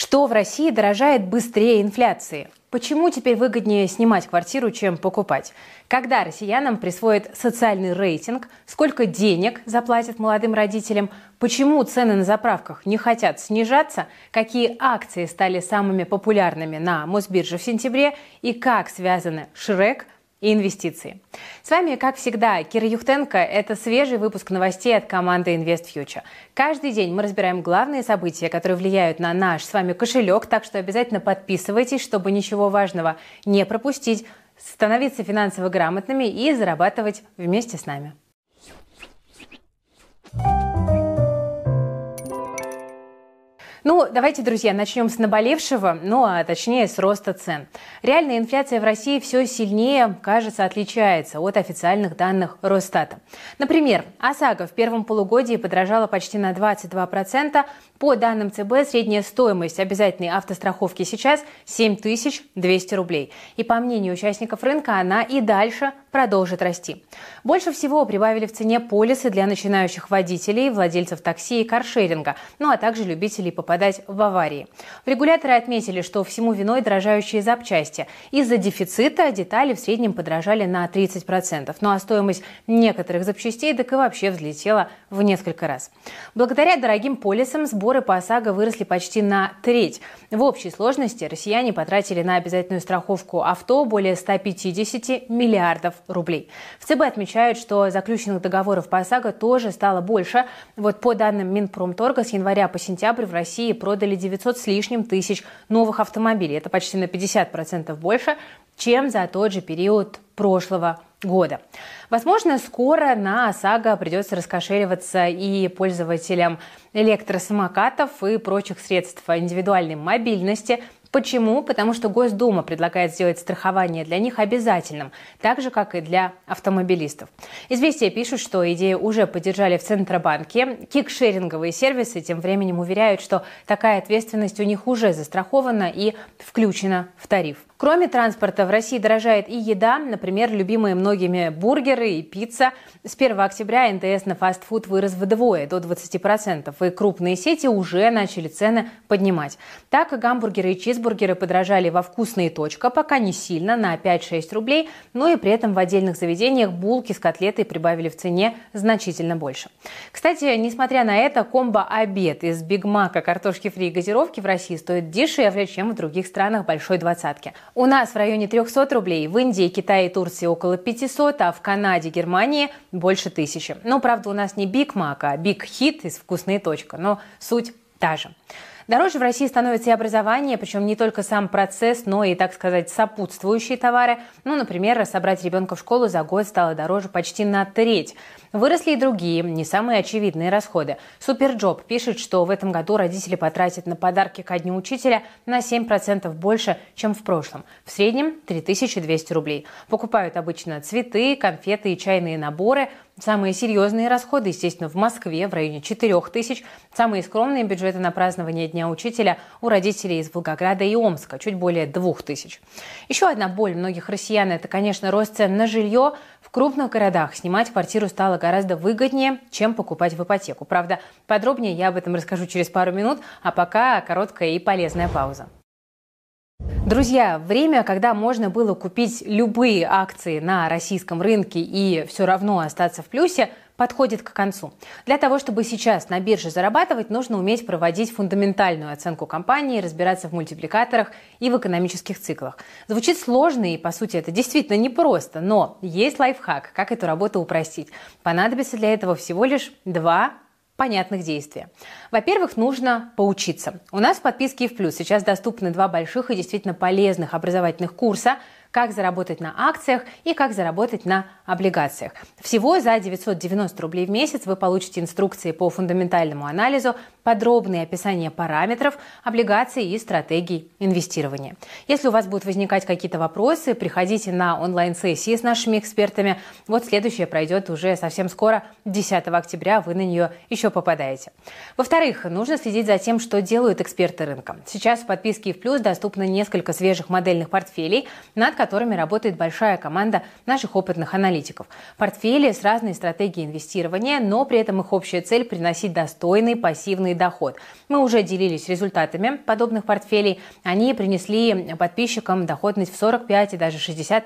Что в России дорожает быстрее инфляции? Почему теперь выгоднее снимать квартиру, чем покупать? Когда россиянам присвоят социальный рейтинг? Сколько денег заплатят молодым родителям? Почему цены на заправках не хотят снижаться? Какие акции стали самыми популярными на Мосбирже в сентябре? И как связаны Шрек и инвестиции? С вами, как всегда, Кира Юхтенко. Это свежий выпуск новостей от команды InvestFuture. Каждый день мы разбираем главные события, которые влияют на наш с вами кошелек, так что обязательно подписывайтесь, чтобы ничего важного не пропустить, становиться финансово грамотными и зарабатывать вместе с нами. Давайте, друзья, начнем с наболевшего, а точнее с роста цен. Реальная инфляция в России все сильнее, кажется, отличается от официальных данных Росстата. Например, ОСАГО в первом полугодии подорожала почти на 22%. По данным ЦБ, средняя стоимость обязательной автостраховки сейчас 7200 рублей. И по мнению участников рынка, она и дальше продолжит расти. Больше всего прибавили в цене полисы для начинающих водителей, владельцев такси и каршеринга, а также любителей попадать в аварии. Регуляторы отметили, что всему виной дорожающие запчасти. Из-за дефицита детали в среднем подорожали на 30%. А стоимость некоторых запчастей так и вообще взлетела в несколько раз. Благодаря дорогим полисам сборы по ОСАГО выросли почти на треть. В общей сложности россияне потратили на обязательную страховку авто более 150 миллиардов рублей. В ЦБ отмечают, что заключенных договоров по ОСАГО тоже стало больше. По данным Минпромторга, с января по сентябрь в России продали 900 с лишним тысяч новых автомобилей. Это почти на 50% больше, чем за тот же период прошлого года. Возможно, скоро на ОСАГО придется раскошеливаться и пользователям электросамокатов и прочих средств индивидуальной мобильности. Почему? Потому что Госдума предлагает сделать страхование для них обязательным, так же, как и для автомобилистов. «Известия» пишут, что идею уже поддержали в Центробанке. Кикшеринговые сервисы тем временем уверяют, что такая ответственность у них уже застрахована и включена в тариф. Кроме транспорта, в России дорожает и еда, например, любимые многими бургеры и пицца. С 1 октября НДС на фастфуд вырос вдвое, до 20%, и крупные сети уже начали цены поднимать. Так, гамбургеры и чизбургеры подорожали во «Вкусные. Пока не сильно, на 5-6 рублей, но и при этом в отдельных заведениях булки с котлетой прибавили в цене значительно больше. Кстати, несмотря на это, комбо-обед из Биг Мака, картошки фри и газировки в России стоит дешевле, чем в других странах большой двадцатки. У нас в районе 300 рублей, в Индии, Китае и Турции около 500, а в Канаде, Германии больше 1000. Правда, у нас не Биг Мак, а Биг Хит из «Вкусные. Но суть та же. Дороже в России становится и образование, причем не только сам процесс, но и, так сказать, сопутствующие товары. Например, собрать ребенка в школу за год стало дороже почти на треть. Выросли и другие, не самые очевидные расходы. Суперджоп пишет, что в этом году родители потратят на подарки ко Дню учителя на 7% больше, чем в прошлом. В среднем 3200 рублей. Покупают обычно цветы, конфеты и чайные наборы. Самые серьезные расходы, естественно, в Москве в районе 4000. Самые скромные бюджеты на празднование Дня учителя у родителей из Волгограда и Омска, чуть более 2000. Еще одна боль многих россиян – это, конечно, рост цен на жилье. В крупных городах снимать квартиру стало гораздо выгоднее, чем покупать в ипотеку. Правда, подробнее я об этом расскажу через пару минут, а пока короткая и полезная пауза. Друзья, время, когда можно было купить любые акции на российском рынке и все равно остаться в плюсе, подходит к концу. Для того, чтобы сейчас на бирже зарабатывать, нужно уметь проводить фундаментальную оценку компании, разбираться в мультипликаторах и в экономических циклах. Звучит сложно и, по сути, это действительно непросто, но есть лайфхак, как эту работу упростить. Понадобится для этого всего лишь 2 понятных действия. Во-первых, нужно поучиться. У нас в подписке «В плюс» сейчас доступны 2 больших и действительно полезных образовательных курса «Как заработать на акциях» и «Как заработать на облигациях». Всего за 990 рублей в месяц вы получите инструкции по фундаментальному анализу, подробные описания параметров, облигаций и стратегий инвестирования. Если у вас будут возникать какие-то вопросы, приходите на онлайн-сессии с нашими экспертами. Следующая пройдет уже совсем скоро, 10 октября, вы на нее еще попадаете. Во-вторых, нужно следить за тем, что делают эксперты рынка. Сейчас в подписке «В плюс» доступно несколько свежих модельных портфелей, над которыми работает большая команда наших опытных аналитиков. Портфели с разной стратегией инвестирования, но при этом их общая цель – приносить достойный пассивный доход. Мы уже делились результатами подобных портфелей. Они принесли подписчикам доходность в 45 и даже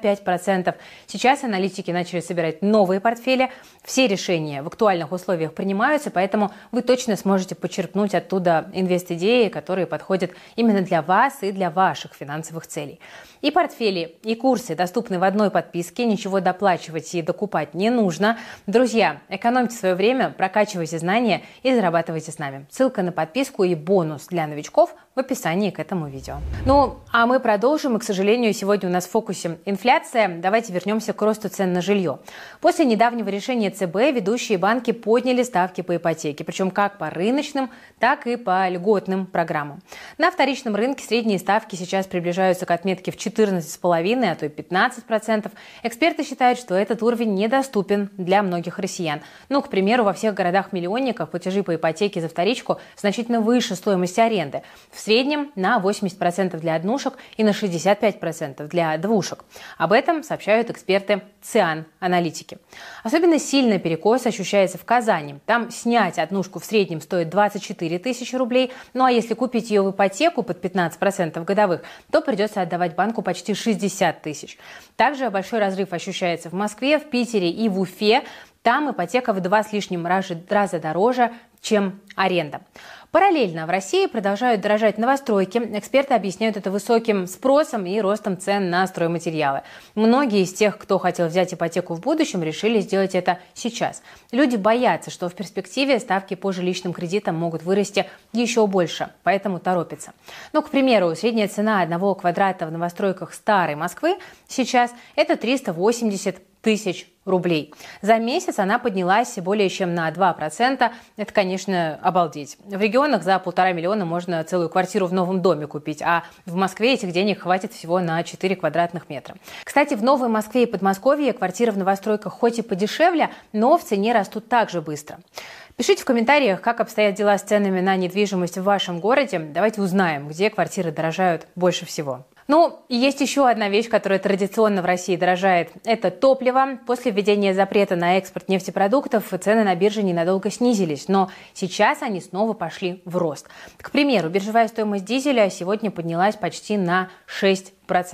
65%. Сейчас аналитики начали собирать новые портфели. Все решения в актуальных условиях принимаются, поэтому вы точно сможете почерпнуть оттуда инвест-идеи, которые подходят именно для вас и для ваших финансовых целей. И портфели, и курсы доступны в одной подписке, ничего доплачивать и докупать не нужно. Друзья, экономьте свое время, прокачивайте знания и зарабатывайте с нами. Ссылка на подписку и бонус для новичков в описании к этому видео. Ну, а мы продолжим, и, к сожалению, сегодня у нас в фокусе инфляция. Давайте вернемся к росту цен на жилье. После недавнего решения ЦБ ведущие банки подняли ставки по ипотеке, причем как по рыночным, так и по льготным программам. На вторичном рынке средние ставки сейчас приближаются к отметке в 14,5%, а то и 15%. Эксперты считают, что этот уровень недоступен для многих россиян. Ну, к примеру, во всех городах-миллионниках платежи по ипотеке за вторичку значительно выше стоимости аренды. В среднем на 80% для однушек и на 65% для двушек. Об этом сообщают эксперты Циан-аналитики. Особенно сильно перекос ощущается в Казани. Там снять однушку в среднем стоит 24 тысячи рублей. Ну а если купить ее в ипотеку под 15% годовых, то придется отдавать банку почти 60 тысяч. Также большой разрыв ощущается в Москве, в Питере и в Уфе. Там ипотека в 2 с лишним раза дороже, чем аренда. Параллельно в России продолжают дорожать новостройки. Эксперты объясняют это высоким спросом и ростом цен на стройматериалы. Многие из тех, кто хотел взять ипотеку в будущем, решили сделать это сейчас. Люди боятся, что в перспективе ставки по жилищным кредитам могут вырасти еще больше, поэтому торопятся. Ну, к примеру, средняя цена 1 квадрата в новостройках старой Москвы сейчас это 380 тысяч рублей. За месяц она поднялась более чем на 2%. Это, конечно, обалдеть. В регионах за 1,5 миллиона можно целую квартиру в новом доме купить, а в Москве этих денег хватит всего на 4 квадратных метра. Кстати, в Новой Москве и Подмосковье квартиры в новостройках хоть и подешевле, но в цене растут так же быстро. Пишите в комментариях, как обстоят дела с ценами на недвижимость в вашем городе. Давайте узнаем, где квартиры дорожают больше всего. Ну, и есть еще одна вещь, которая традиционно в России дорожает. Это топливо. После введения запрета на экспорт нефтепродуктов цены на бирже ненадолго снизились, но сейчас они снова пошли в рост. К примеру, биржевая стоимость дизеля сегодня поднялась почти на 6%.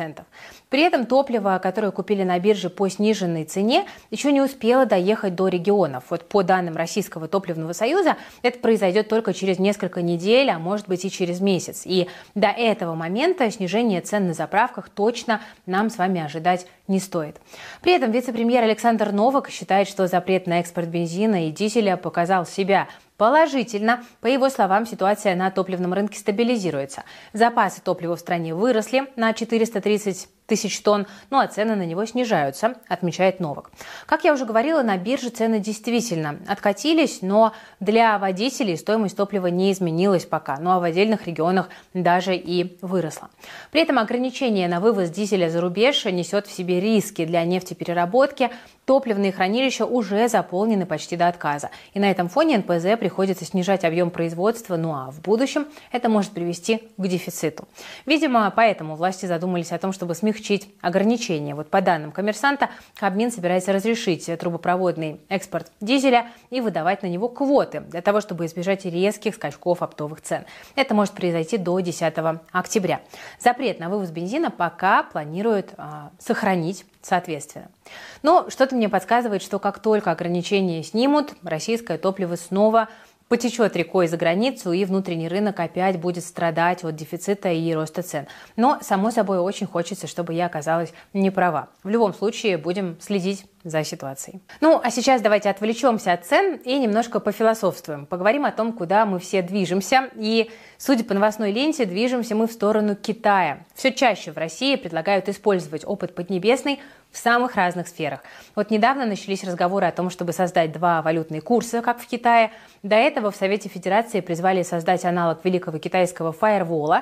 При этом топливо, которое купили на бирже по сниженной цене, еще не успело доехать до регионов. Вот по данным Российского топливного союза, это произойдет только через несколько недель, а может быть и через месяц. И до этого момента снижение цен на заправках точно нам с вами ожидать не стоит. При этом вице-премьер Александр Новак считает, что запрет на экспорт бензина и дизеля показал себя положительно. По его словам, ситуация на топливном рынке стабилизируется. Запасы топлива в стране выросли на 430 тысяч тонн, ну а цены на него снижаются, отмечает Новак. Как я уже говорила, на бирже цены действительно откатились, но для водителей стоимость топлива не изменилась пока, ну а в отдельных регионах даже и выросла. При этом ограничение на вывоз дизеля за рубеж несет в себе риски для нефтепереработки. Топливные хранилища уже заполнены почти до отказа. И на этом фоне НПЗ приходится снижать объем производства, ну а в будущем это может привести к дефициту. Видимо, поэтому власти задумались о том, чтобы смягчить ограничения. Вот по данным «Коммерсанта», Кабмин собирается разрешить трубопроводный экспорт дизеля и выдавать на него квоты для того, чтобы избежать резких скачков оптовых цен. Это может произойти до 10 октября. Запрет на вывоз бензина пока планируют сохранить соответственно. Но что-то мне подсказывает, что как только ограничения снимут, российское топливо снова потечет рекой за границу, и внутренний рынок опять будет страдать от дефицита и роста цен. Но, само собой, очень хочется, чтобы я оказалась не права. В любом случае, будем следить за ситуацией. Ну, а сейчас давайте отвлечемся от цен и немножко пофилософствуем. Поговорим о том, куда мы все движемся. И, судя по новостной ленте, движемся мы в сторону Китая. Все чаще в России предлагают использовать опыт Поднебесной в самых разных сферах. Вот недавно начались разговоры о том, чтобы создать 2 валютные курса, как в Китае. До этого в Совете Федерации призвали создать аналог великого китайского фаервола.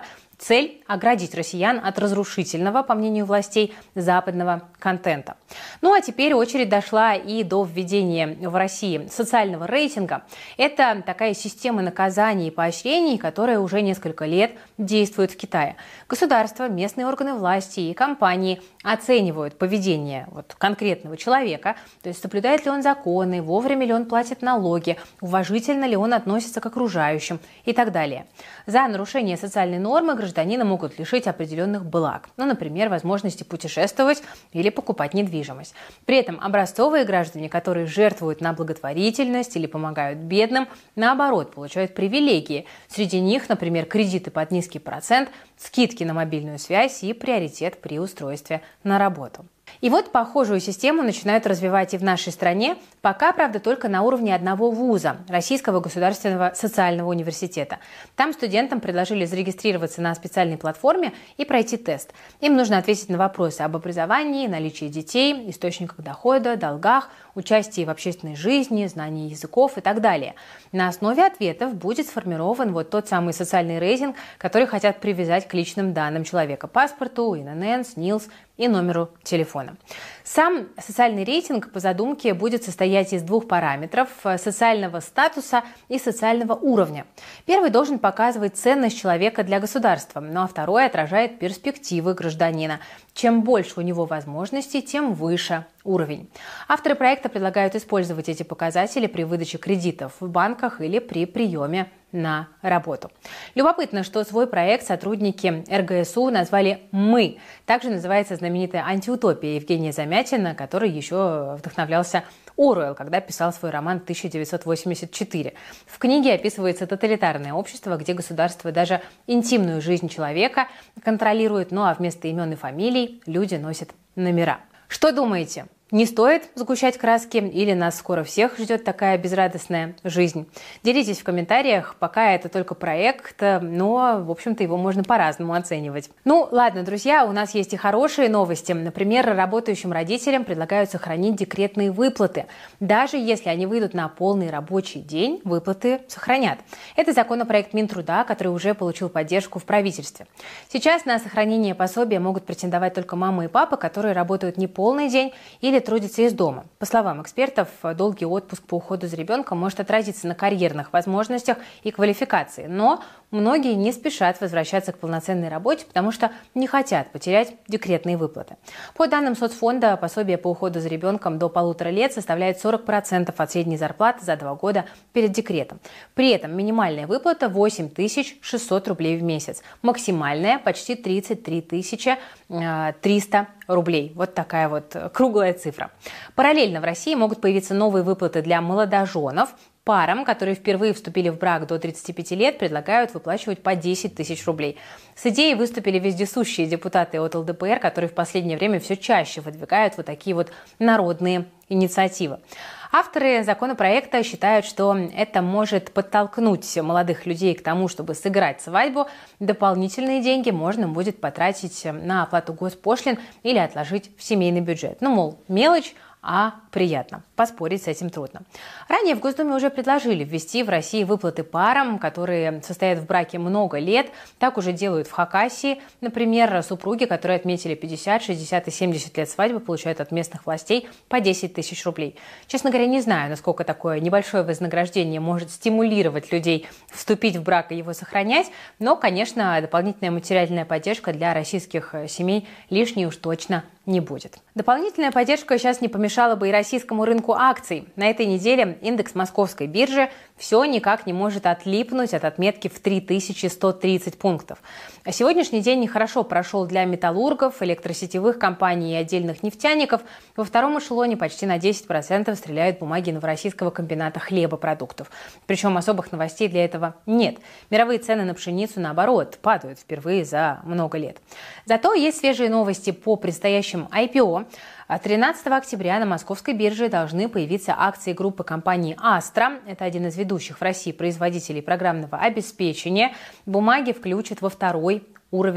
Цель – оградить россиян от разрушительного, по мнению властей, западного контента. Ну а теперь очередь дошла и до введения в России социального рейтинга. Это такая система наказаний и поощрений, которая уже несколько лет действует в Китае. Государство, местные органы власти и компании оценивают поведение конкретного человека, то есть соблюдает ли он законы, вовремя ли он платит налоги, уважительно ли он относится к окружающим и так далее. За нарушение социальной нормы гражданина могут лишить определенных благ, например, возможности путешествовать или покупать недвижимость. При этом образцовые граждане, которые жертвуют на благотворительность или помогают бедным, наоборот, получают привилегии. Среди них, например, кредиты под низкий процент, скидки на мобильную связь и приоритет при устройстве на работу. И похожую систему начинают развивать и в нашей стране, пока, правда, только на уровне одного вуза – Российского государственного социального университета. Там студентам предложили зарегистрироваться на специальной платформе и пройти тест. Им нужно ответить на вопросы об образовании, наличии детей, источниках дохода, долгах, участии в общественной жизни, знании языков и так далее. На основе ответов будет сформирован тот самый социальный рейтинг, который хотят привязать к личным данным человека – паспорту, ИНН, СНИЛС и номеру телефона. Сам социальный рейтинг по задумке будет состоять из двух параметров – социального статуса и социального уровня. Первый должен показывать ценность человека для государства, а второй отражает перспективы гражданина. Чем больше у него возможностей, тем выше уровень. Авторы проекта предлагают использовать эти показатели при выдаче кредитов в банках или при приеме на работу. Любопытно, что свой проект сотрудники РГСУ назвали «Мы». Также называется знаменитая антиутопия Евгения Замятина, который еще вдохновлялся Оруэлл, когда писал свой роман «1984». В книге описывается тоталитарное общество, где государство даже интимную жизнь человека контролирует, а вместо имен и фамилий люди носят номера. Что думаете? Не стоит сгущать краски или нас скоро всех ждет такая безрадостная жизнь? Делитесь в комментариях, пока это только проект, но, в общем-то, его можно по-разному оценивать. Ладно, друзья, у нас есть и хорошие новости. Например, работающим родителям предлагают сохранить декретные выплаты. Даже если они выйдут на полный рабочий день, выплаты сохранят. Это законопроект Минтруда, который уже получил поддержку в правительстве. Сейчас на сохранение пособия могут претендовать только мамы и папы, которые работают не полный день или трудится из дома. По словам экспертов, долгий отпуск по уходу за ребенком может отразиться на карьерных возможностях и квалификации. Но многие не спешат возвращаться к полноценной работе, потому что не хотят потерять декретные выплаты. По данным соцфонда, пособие по уходу за ребенком до 1,5 лет составляет 40% от средней зарплаты за 2 года перед декретом. При этом минимальная выплата 8 600 рублей в месяц. Максимальная почти 33 300 рублей. Вот такая круглая цифра. Параллельно в России могут появиться новые выплаты для молодоженов. Парам, которые впервые вступили в брак до 35 лет, предлагают выплачивать по 10 тысяч рублей. С идеей выступили вездесущие депутаты от ЛДПР, которые в последнее время все чаще выдвигают такие народные инициативы. Авторы законопроекта считают, что это может подтолкнуть молодых людей к тому, чтобы сыграть свадьбу. Дополнительные деньги можно будет потратить на оплату госпошлин или отложить в семейный бюджет. Мелочь, а приятно. Поспорить с этим трудно. Ранее в Госдуме уже предложили ввести в России выплаты парам, которые состоят в браке много лет. Так уже делают в Хакасии. Например, супруги, которые отметили 50, 60 и 70 лет свадьбы, получают от местных властей по 10 тысяч рублей. Честно говоря, не знаю, насколько такое небольшое вознаграждение может стимулировать людей вступить в брак и его сохранять. Но, конечно, дополнительная материальная поддержка для российских семей лишней уж точно не будет. Дополнительная поддержка сейчас не помешала бы и российскому рынку акций. На этой неделе индекс московской биржи все никак не может отлипнуть от отметки в 3130 пунктов. А сегодняшний день нехорошо прошел для металлургов, электросетевых компаний и отдельных нефтяников. Во втором эшелоне почти на 10% стреляют бумаги Новороссийского комбината хлебопродуктов. Причем особых новостей для этого нет. Мировые цены на пшеницу, наоборот, падают впервые за много лет. Зато есть свежие новости по предстоящим IPO. 13 октября на московской бирже должны появиться акции группы компании «Астра». Это один из ведущих в России производителей программного обеспечения. Бумаги включат во второй уровень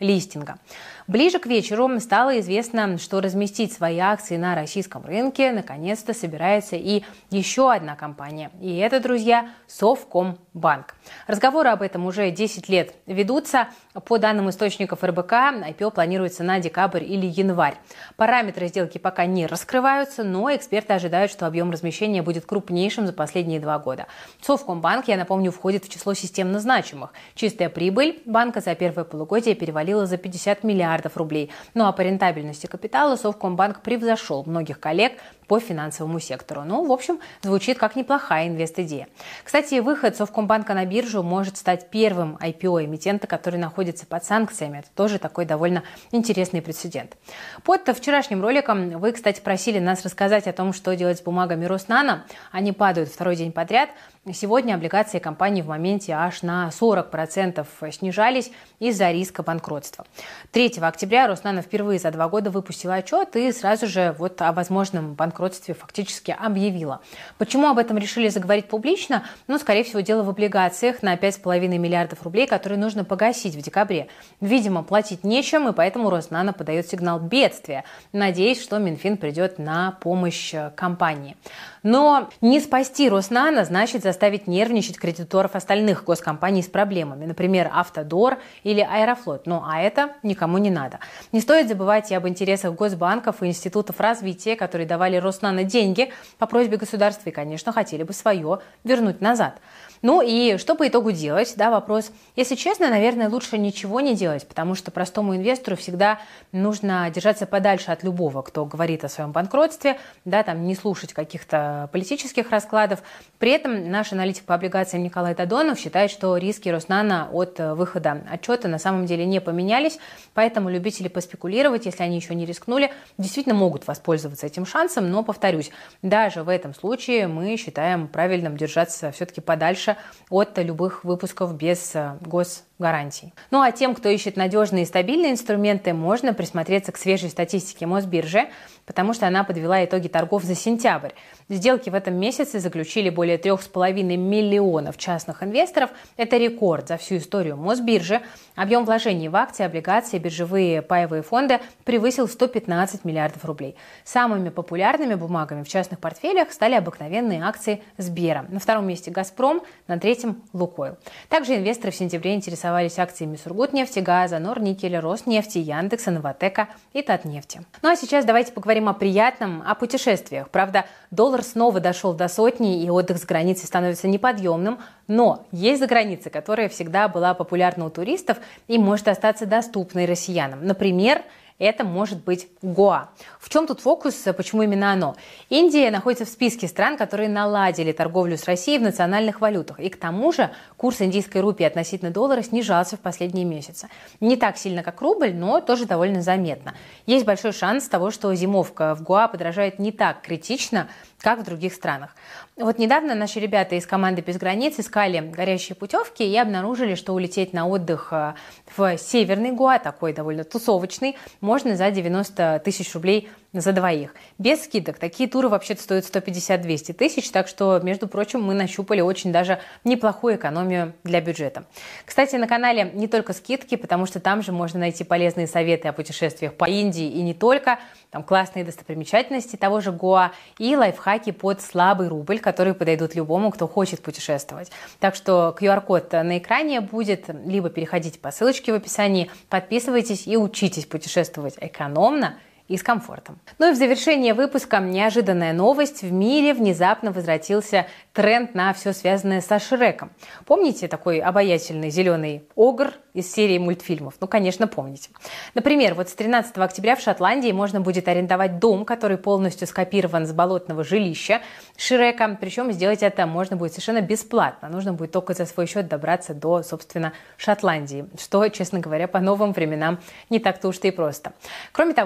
листинга. Ближе к вечеру стало известно, что разместить свои акции на российском рынке наконец-то собирается и еще одна компания. И это, друзья, Совкомбанк. Разговоры об этом уже 10 лет ведутся. По данным источников РБК, IPO планируется на декабрь или январь. Параметры сделки пока не раскрываются, но эксперты ожидают, что объем размещения будет крупнейшим за последние 2 года. Совкомбанк, я напомню, входит в число системно значимых. Чистая прибыль банка за первое полугодие перевалила за 50 миллиардов рублей. Ну а по рентабельности капитала Совкомбанк превзошел многих коллег по финансовому сектору. Ну, в общем, звучит как неплохая инвест-идея. Кстати, выход Совкомбанка на биржу может стать первым IPO эмитента, который находится под санкциями. Это тоже такой довольно интересный прецедент. Под вчерашним роликом вы, кстати, просили нас рассказать о том, что делать с бумагами Роснано. Они падают второй день подряд. Сегодня облигации компании в моменте аж на 40% снижались из-за риска банкротства. 3 октября Роснано впервые за 2 года выпустила отчет и сразу же о возможном банкротстве фактически объявила. Почему об этом решили заговорить публично? Ну, скорее всего, дело в облигациях на 5,5 миллиардов рублей, которые нужно погасить в декабре. Видимо, платить нечем, и поэтому Роснано подает сигнал бедствия, надеясь, что Минфин придет на помощь компании. Но не спасти Роснано значит заставить нервничать кредиторов остальных госкомпаний с проблемами, например, Автодор или Аэрофлот. Ну а это никому не надо. Не стоит забывать и об интересах госбанков и институтов развития, которые давали Роснано деньги по просьбе государства и, конечно, хотели бы свое вернуть назад. Ну и что по итогу делать? Да, вопрос. Если честно, наверное, лучше ничего не делать, потому что простому инвестору всегда нужно держаться подальше от любого, кто говорит о своем банкротстве, да, там не слушать каких-то политических раскладов. При этом наш аналитик по облигациям Николай Додонов считает, что риски Роснано от выхода отчета на самом деле не поменялись, поэтому любители поспекулировать, если они еще не рискнули, действительно могут воспользоваться этим шансом, но, повторюсь, даже в этом случае мы считаем правильным держаться все-таки подальше от любых выпусков без госгарантий. Ну а тем, кто ищет надежные и стабильные инструменты, можно присмотреться к свежей статистике Мосбиржи, потому что она подвела итоги торгов за сентябрь. Сделки в этом месяце заключили более 3,5 миллионов частных инвесторов. Это рекорд за всю историю Мосбиржи. Объем вложений в акции, облигации, биржевые паевые фонды превысил 115 миллиардов рублей. Самыми популярными бумагами в частных портфелях стали обыкновенные акции Сбера. На втором месте «Газпром», на третьем «Лукойл». Также инвесторы в сентябре интересовались акциями Сургутнефтегаза, Норникеля, Роснефти, Яндекса, Новатэка и Татнефти. Ну а сейчас давайте поговорим о приятном, о путешествиях. Правда, доллар снова дошел до 100, и отдых с границей становится неподъемным, но есть заграница, которая всегда была популярна у туристов и может остаться доступной россиянам. Например, это может быть Гоа. В чем тут фокус, почему именно оно? Индия находится в списке стран, которые наладили торговлю с Россией в национальных валютах. И к тому же курс индийской рупии относительно доллара снижался в последние месяцы. Не так сильно, как рубль, но тоже довольно заметно. Есть большой шанс того, что зимовка в Гоа подорожает не так критично, как в других странах. Вот недавно наши ребята из команды «Без границ» искали горящие путевки и обнаружили, что улететь на отдых в северный Гоа, такой довольно тусовочный, можно за 90 тысяч рублей за двоих. Без скидок. Такие туры вообще-то стоят 150-200 тысяч, так что, между прочим, мы нащупали очень даже неплохую экономию для бюджета. Кстати, на канале не только скидки, потому что там же можно найти полезные советы о путешествиях по Индии и не только, там классные достопримечательности того же Гоа и лайфхаки под слабый рубль, которые подойдут любому, кто хочет путешествовать. Так что QR-код на экране будет, либо переходите по ссылочке в описании, подписывайтесь и учитесь путешествовать экономно и с комфортом. Ну и в завершение выпуска неожиданная новость. В мире внезапно возвратился тренд на все связанное со Шреком. Помните такой обаятельный зеленый огр из серии мультфильмов? Ну, конечно, помните. Например, вот с 13 октября в Шотландии можно будет арендовать дом, который полностью скопирован с болотного жилища Шрека. Причем сделать это можно будет совершенно бесплатно. Нужно будет только за свой счет добраться до, собственно, Шотландии. Что, честно говоря, по новым временам не так-то уж и просто. Кроме того, Шрек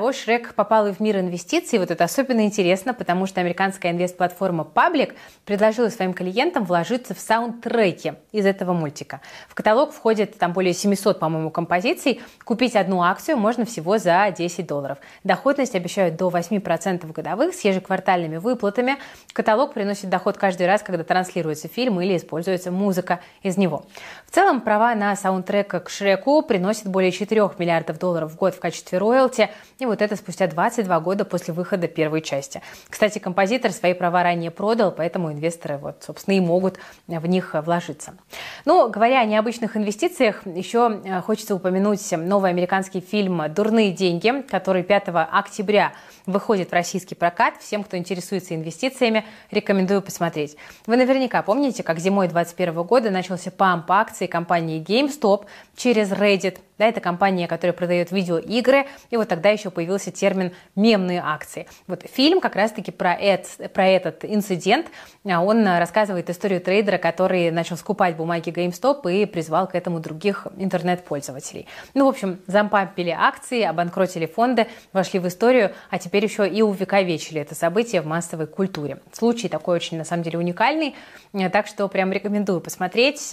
саундтрек попал и в мир инвестиций. Вот это особенно интересно, потому что американская инвестплатформа Public предложила своим клиентам вложиться в саундтреки из этого мультика. В каталог входит там более 700, по-моему, композиций. Купить одну акцию можно всего за $10. Доходность обещают до 8% годовых с ежеквартальными выплатами. Каталог приносит доход каждый раз, когда транслируется фильм или используется музыка из него. В целом, права на саундтрек к Шреку приносят более $4 миллиардов в год в качестве роялти, и вот это спустя 22 года после выхода первой части. Кстати, композитор свои права ранее продал, поэтому инвесторы, вот, собственно, и могут в них вложиться. Ну, говоря о необычных инвестициях, еще хочется упомянуть новый американский фильм «Дурные деньги», который 5 октября выходит в российский прокат. Всем, кто интересуется инвестициями, рекомендую посмотреть. Вы наверняка помните, как зимой 2021 года начался памп акций компании GameStop через Reddit. Да, это компания, которая продает видеоигры, и вот тогда еще появился термин «мемные акции». Вот фильм как раз-таки про этот инцидент. Он рассказывает историю трейдера, который начал скупать бумаги GameStop и призвал к этому других интернет-пользователей. Ну, в общем, зампампили акции, обанкротили фонды, вошли в историю, а теперь еще и увековечили это событие в массовой культуре. Случай такой очень, на самом деле, уникальный, так что прям рекомендую посмотреть.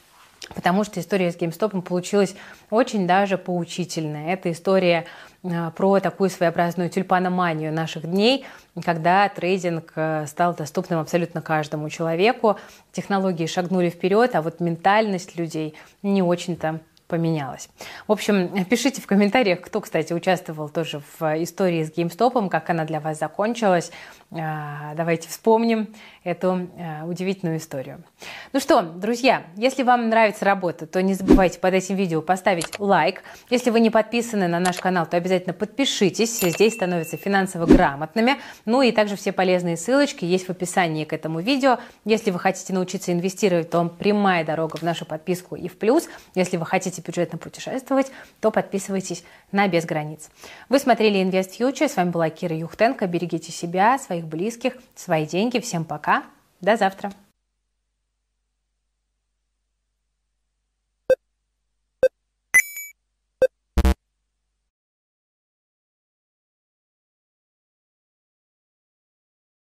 Потому что история с GameStop получилась очень даже поучительная. Это история про такую своеобразную тюльпаноманию наших дней, когда трейдинг стал доступным абсолютно каждому человеку. Технологии шагнули вперед, а вот ментальность людей не очень-то поменялась. В общем, пишите в комментариях, кто, кстати, участвовал тоже в истории с GameStop, как она для вас закончилась. Давайте вспомним эту удивительную историю. Ну что, друзья, если вам нравится работа, то не забывайте под этим видео поставить лайк. Если вы не подписаны на наш канал, то обязательно подпишитесь. Здесь становятся финансово грамотными. Ну и также все полезные ссылочки есть в описании к этому видео. Если вы хотите научиться инвестировать, то прямая дорога в нашу подписку и в плюс. Если вы хотите бюджетно путешествовать, то подписывайтесь на Без границ. Вы смотрели Invest Future. С вами была Кира Юхтенко. Берегите себя, своих близких, свои деньги. Всем пока. До завтра.